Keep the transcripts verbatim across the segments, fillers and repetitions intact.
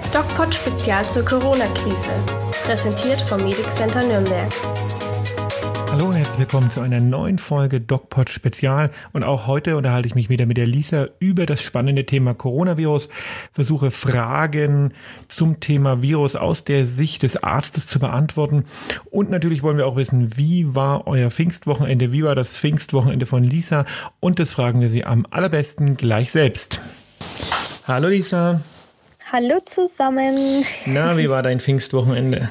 DocPod Spezial zur Corona-Krise. Präsentiert vom Medic Center Nürnberg. Hallo und herzlich willkommen zu einer neuen Folge DocPod Spezial. Und auch heute unterhalte ich mich wieder mit der Lisa über das spannende Thema Coronavirus, versuche Fragen zum Thema Virus aus der Sicht des Arztes zu beantworten. Und natürlich wollen wir auch wissen, wie war euer Pfingstwochenende, wie war das Pfingstwochenende von Lisa? Und das fragen wir sie am allerbesten gleich selbst. Hallo Lisa. Hallo zusammen. Na, wie war dein Pfingstwochenende?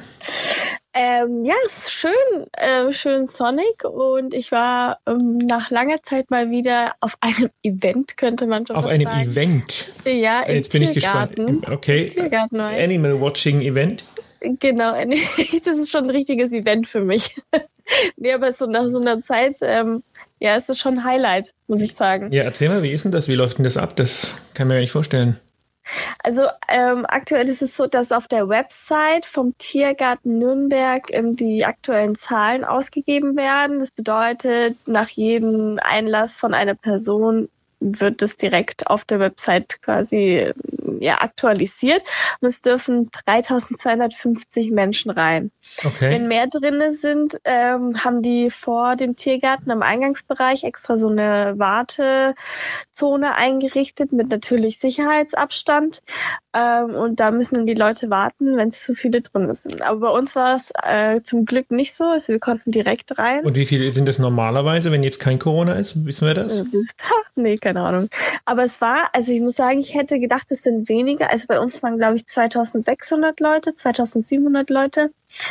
Ähm, ja, es ist schön, äh, schön sonnig und ich war ähm, nach langer Zeit mal wieder auf einem Event, könnte man schon Auf sagen. einem Event? Ja, im Jetzt bin ich Tiergarten. gespannt. Okay. Tiergarten, Animal Watching Event? Genau, das ist schon ein richtiges Event für mich. Nee, aber so nach so einer Zeit, ähm, ja, ist das schon ein Highlight, muss ich sagen. Ja, erzähl mal, wie ist denn das? Wie läuft denn das ab? Das kann man ja nicht vorstellen. Also ähm, aktuell ist es so, dass auf der Website vom Tiergarten Nürnberg ähm, die aktuellen Zahlen ausgegeben werden. Das bedeutet, nach jedem Einlass von einer Person wird es direkt auf der Website quasi ja, aktualisiert. Und es dürfen dreitausendzweihundertfünfzig Menschen rein. Okay. Wenn mehr drinne sind, ähm, haben die vor dem Tiergarten am Eingangsbereich extra so eine Wartezone eingerichtet mit natürlich Sicherheitsabstand. Ähm, und da müssen dann die Leute warten, wenn es zu viele drin sind. Aber bei uns war es äh, zum Glück nicht so. Also wir konnten direkt rein. Und wie viele sind das normalerweise, wenn jetzt kein Corona ist? Wissen wir das? Ha, nee, keine Ahnung. Aber es war, also ich muss sagen, ich hätte gedacht, es sind weniger. Also bei uns waren, glaube ich, zweitausendsechshundert Leute, zweitausendsiebenhundert Leute.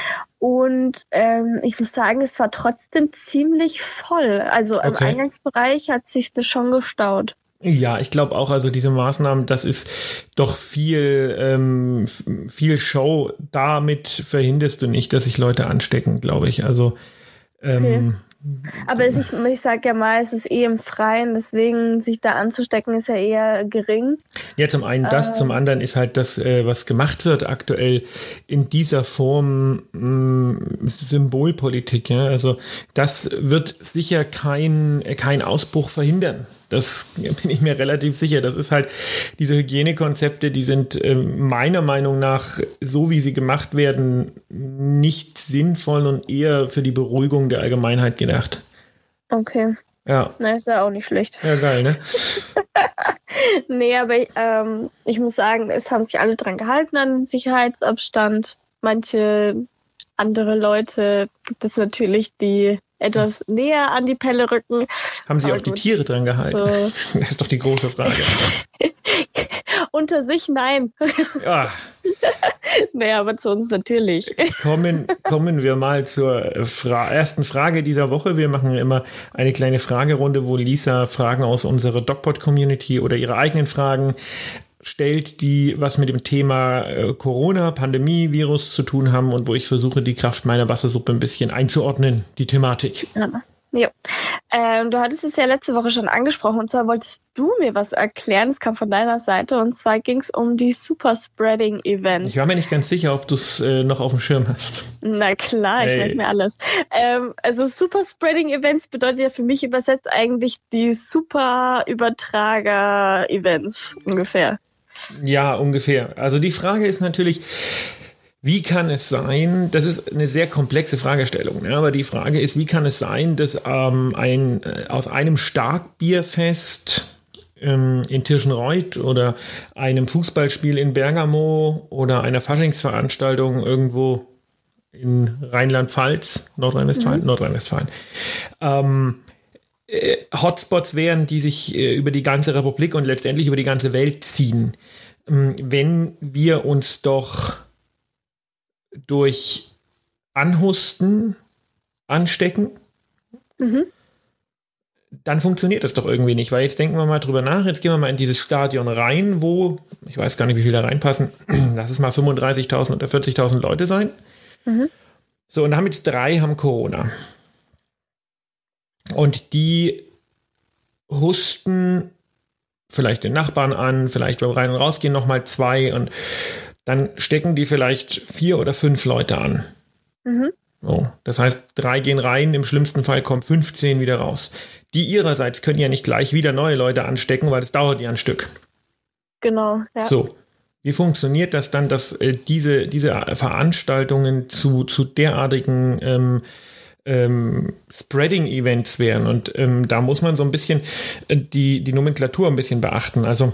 Und ähm, ich muss sagen, es war trotzdem ziemlich voll. Also im Okay. Eingangsbereich hat sich das schon gestaut. Ja, ich glaube auch, also diese Maßnahmen, das ist doch viel, ähm, f- viel Show. Damit verhinderst du nicht, dass sich Leute anstecken, glaube ich. Also ähm, Aber es ist, ich sage ja mal, es ist eh im Freien, deswegen sich da anzustecken ist ja eher gering. ja, zum einen das, Ähm. zum anderen ist halt das, äh, was gemacht wird aktuell in dieser Form mh, Symbolpolitik. Ja? Also das wird sicher kein, äh, kein Ausbruch verhindern. Das bin ich mir relativ sicher. Das ist halt, diese Hygienekonzepte, die sind äh, meiner Meinung nach, so wie sie gemacht werden, nicht sinnvoll und eher für die Beruhigung der Allgemeinheit gedacht. Okay, Ja, na ist ja auch nicht schlecht. ja geil, ne? Nee, aber ähm, ich muss sagen, es haben sich alle dran gehalten an den Sicherheitsabstand. Manche andere Leute gibt es natürlich, die etwas näher an die Pelle rücken. Haben sie Aber auch die gut. Tiere dran gehalten? So. Das ist doch die große Frage. Unter sich nein. Ja, Nee, aber zu uns natürlich. kommen, kommen wir mal zur Fra- ersten Frage dieser Woche. Wir machen immer eine kleine Fragerunde, wo Lisa Fragen aus unserer DocPod-Community oder ihre eigenen Fragen stellt, die was mit dem Thema äh, Corona, Pandemie, Virus zu tun haben und wo ich versuche, die Kraft meiner Wassersuppe ein bisschen einzuordnen, die Thematik. Ja. Ja. Ähm, du hattest es ja letzte Woche schon angesprochen und zwar wolltest du mir was erklären, es kam von deiner Seite und zwar ging es um die Superspreading-Events. Ich war mir nicht ganz sicher, ob du es äh, noch auf dem Schirm hast. Na klar, ich Hey. merke mir alles. Ähm, also Superspreading-Events bedeutet ja für mich übersetzt eigentlich die Super-Übertrager-Events ungefähr. Ja, ungefähr. Also die Frage ist natürlich, wie kann es sein, das ist eine sehr komplexe Fragestellung, ne? Aber die Frage ist, wie kann es sein, dass ähm, ein, äh, aus einem Starkbierfest ähm, in Tirschenreuth oder einem Fußballspiel in Bergamo oder einer Faschingsveranstaltung irgendwo in Rheinland-Pfalz, Nordrhein-Westfalen, Mhm. Nordrhein-Westfalen, ähm, äh, Hotspots wären, die sich äh, über die ganze Republik und letztendlich über die ganze Welt ziehen. Ähm, wenn wir uns doch durch Anhusten anstecken, Mhm. dann funktioniert das doch irgendwie nicht, weil jetzt denken wir mal drüber nach, jetzt gehen wir mal in dieses Stadion rein, wo, ich weiß gar nicht, wie viele da reinpassen, lass es mal fünfunddreißigtausend oder vierzigtausend Leute sein. Mhm. So, und haben jetzt drei haben Corona. Und die husten vielleicht den Nachbarn an, vielleicht beim Rein- und Rausgehen nochmal zwei und dann stecken die vielleicht vier oder fünf Leute an. Mhm. So, das heißt, drei gehen rein, im schlimmsten Fall kommen fünfzehn wieder raus. Die ihrerseits können ja nicht gleich wieder neue Leute anstecken, weil das dauert ja ein Stück. Genau, ja. So, Wie funktioniert das dann, dass äh, diese, diese Veranstaltungen zu, zu derartigen ähm, ähm, Spreading-Events wären? Und ähm, da muss man so ein bisschen äh, die, die Nomenklatur ein bisschen beachten. Also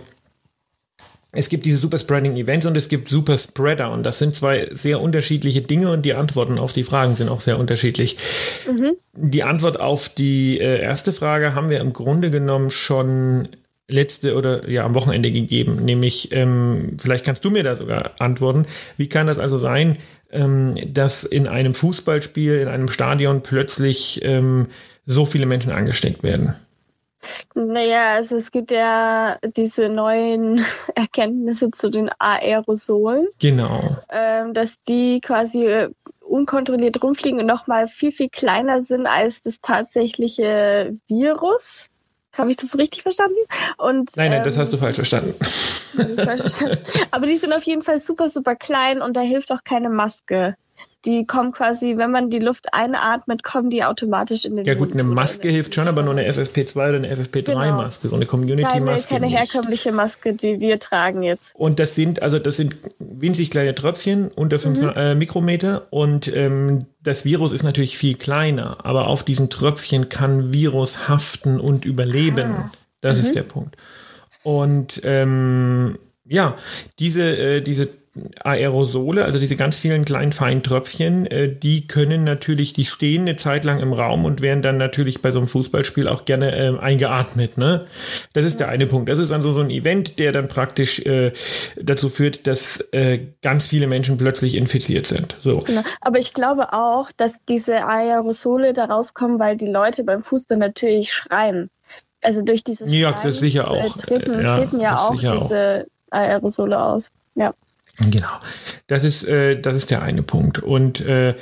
es gibt diese Super-Spreading-Events und es gibt Super-Spreader. Und das sind zwei sehr unterschiedliche Dinge und die Antworten auf die Fragen sind auch sehr unterschiedlich. Mhm. Die Antwort auf die äh, erste Frage haben wir im Grunde genommen schon letzte oder ja am Wochenende gegeben. Nämlich, ähm, vielleicht kannst du mir da sogar antworten. Wie kann das also sein, ähm, dass in einem Fußballspiel, in einem Stadion plötzlich ähm, so viele Menschen angesteckt werden? Naja, also es gibt ja diese neuen Erkenntnisse zu den Aerosolen. Genau. Ähm, dass die quasi unkontrolliert rumfliegen und nochmal viel, viel kleiner sind als das tatsächliche Virus. Habe ich das richtig verstanden? Und, nein, nein, ähm, das hast du falsch verstanden. falsch verstanden. Aber die sind auf jeden Fall super, super klein und da hilft auch keine Maske. Die kommen quasi, wenn man die Luft einatmet, kommen die automatisch in den Ja gut, Mund. eine Maske hilft schon, aber nur eine F F P zwei oder eine F F P drei Genau. Maske, so eine Community-Maske Keine, keine nicht. herkömmliche Maske, die wir tragen jetzt. Und das sind, also das sind winzig kleine Tröpfchen, unter fünf mhm. äh, Mikrometer und ähm, das Virus ist natürlich viel kleiner, aber auf diesen Tröpfchen kann Virus haften und überleben. Ah. Das mhm. ist der Punkt. Und ähm, ja, diese, äh, diese Aerosole, also diese ganz vielen kleinen feinen Tröpfchen, äh, die können natürlich, die stehen eine Zeit lang im Raum und werden dann natürlich bei so einem Fußballspiel auch gerne äh, eingeatmet. Ne? Das ist der eine Punkt. Das ist also so ein Event, der dann praktisch äh, dazu führt, dass äh, ganz viele Menschen plötzlich infiziert sind. So. Genau. Aber ich glaube auch, dass diese Aerosole da rauskommen, weil die Leute beim Fußball natürlich schreien. Also durch dieses Schreien ja, das sicher auch. Äh, treten, ja, treten ja auch diese auch. Aerosole aus. Ja. Genau, das ist, äh, das ist der eine Punkt. Und äh,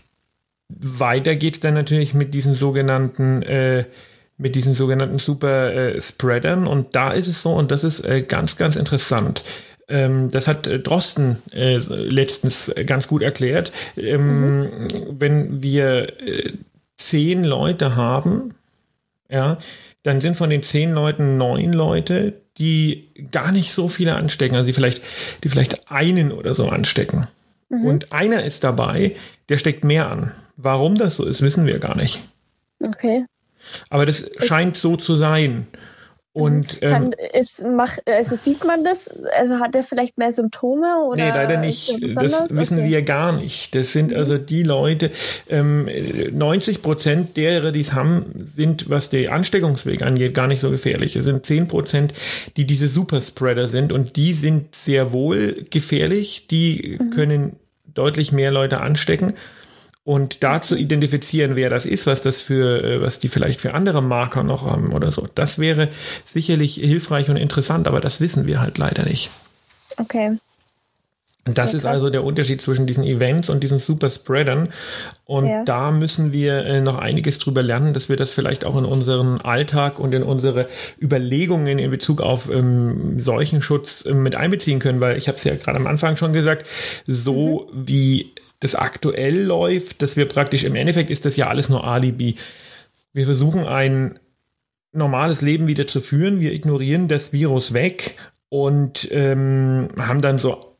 weiter geht es dann natürlich mit diesen sogenannten, äh, mit diesen sogenannten Super-Spreadern. Äh, und da ist es so, und das ist äh, ganz, ganz interessant. Ähm, das hat äh, Drosten äh, letztens ganz gut erklärt. Ähm, mhm. Wenn wir äh, zehn Leute haben, ja, dann sind von den zehn Leuten neun Leute, die gar nicht so viele anstecken, also die vielleicht, die vielleicht einen oder so anstecken. Mhm. Und einer ist dabei, der steckt mehr an. Warum das so ist, wissen wir gar nicht. Okay. Aber das ich scheint so zu sein. Und Kann, ähm, ist, mach, also sieht man das? Also hat er vielleicht mehr Symptome? Oder nee, leider nicht. Das wissen okay. wir gar nicht. Das sind mhm. also die Leute, ähm, neunzig Prozent derer, die es haben, sind, was den Ansteckungsweg angeht, gar nicht so gefährlich. Es sind zehn Prozent, die diese Superspreader sind und die sind sehr wohl gefährlich. Die mhm. können deutlich mehr Leute anstecken. Und da zu identifizieren, wer das ist, was das für, was die vielleicht für andere Marker noch haben oder so, das wäre sicherlich hilfreich und interessant, aber das wissen wir halt leider nicht. Okay. Und das okay. ist also der Unterschied zwischen diesen Events und diesen Superspreadern. Und ja. da müssen wir äh, noch einiges drüber lernen, dass wir das vielleicht auch in unseren Alltag und in unsere Überlegungen in Bezug auf ähm, Seuchenschutz äh, mit einbeziehen können, weil ich habe es ja gerade am Anfang schon gesagt, so mhm. wie das aktuell läuft, dass wir praktisch, im Endeffekt ist das ja alles nur Alibi. Wir versuchen ein normales Leben wieder zu führen, wir ignorieren das Virus weg und ähm, haben dann so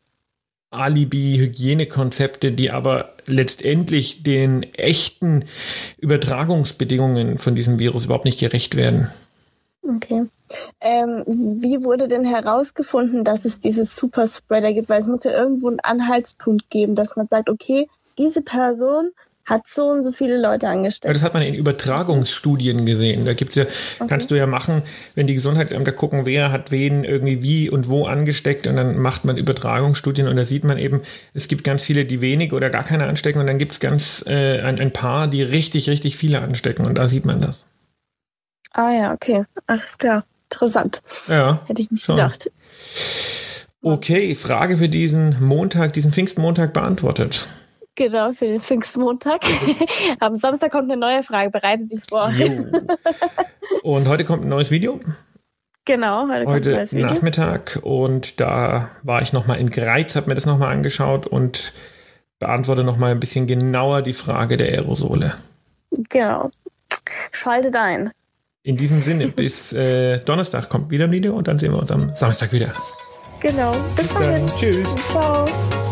Alibi-Hygienekonzepte, die aber letztendlich den echten Übertragungsbedingungen von diesem Virus überhaupt nicht gerecht werden. Okay. Ähm, wie wurde denn herausgefunden, dass es diese Superspreader gibt? Weil es muss ja irgendwo einen Anhaltspunkt geben, dass man sagt, okay, diese Person hat so und so viele Leute angesteckt. Ja, das hat man in Übertragungsstudien gesehen. Da gibt's ja, okay. kannst du ja machen, wenn die Gesundheitsämter gucken, wer hat wen irgendwie wie und wo angesteckt und dann macht man Übertragungsstudien und da sieht man eben, es gibt ganz viele, die wenig oder gar keine anstecken und dann gibt's ganz äh, ein, ein paar, die richtig, richtig viele anstecken und da sieht man das. Ah ja, okay. Alles klar. Interessant. Ja. Hätte ich nicht schon. gedacht. Okay, Frage für diesen Montag, diesen Pfingstmontag beantwortet. Genau, für den Pfingstmontag. Am Samstag kommt eine neue Frage, bereitet dich vor. Jo. Und heute kommt ein neues Video. Genau, heute, heute kommt ein neues Video. Nachmittag und da war ich nochmal in Greiz, habe mir das nochmal angeschaut und beantworte nochmal ein bisschen genauer die Frage der Aerosole. Genau. Schaltet ein. In diesem Sinne, bis äh, Donnerstag kommt wieder ein Video und dann sehen wir uns am Samstag wieder. Genau. Bis, Bis dahin. dann. Tschüss. Ciao.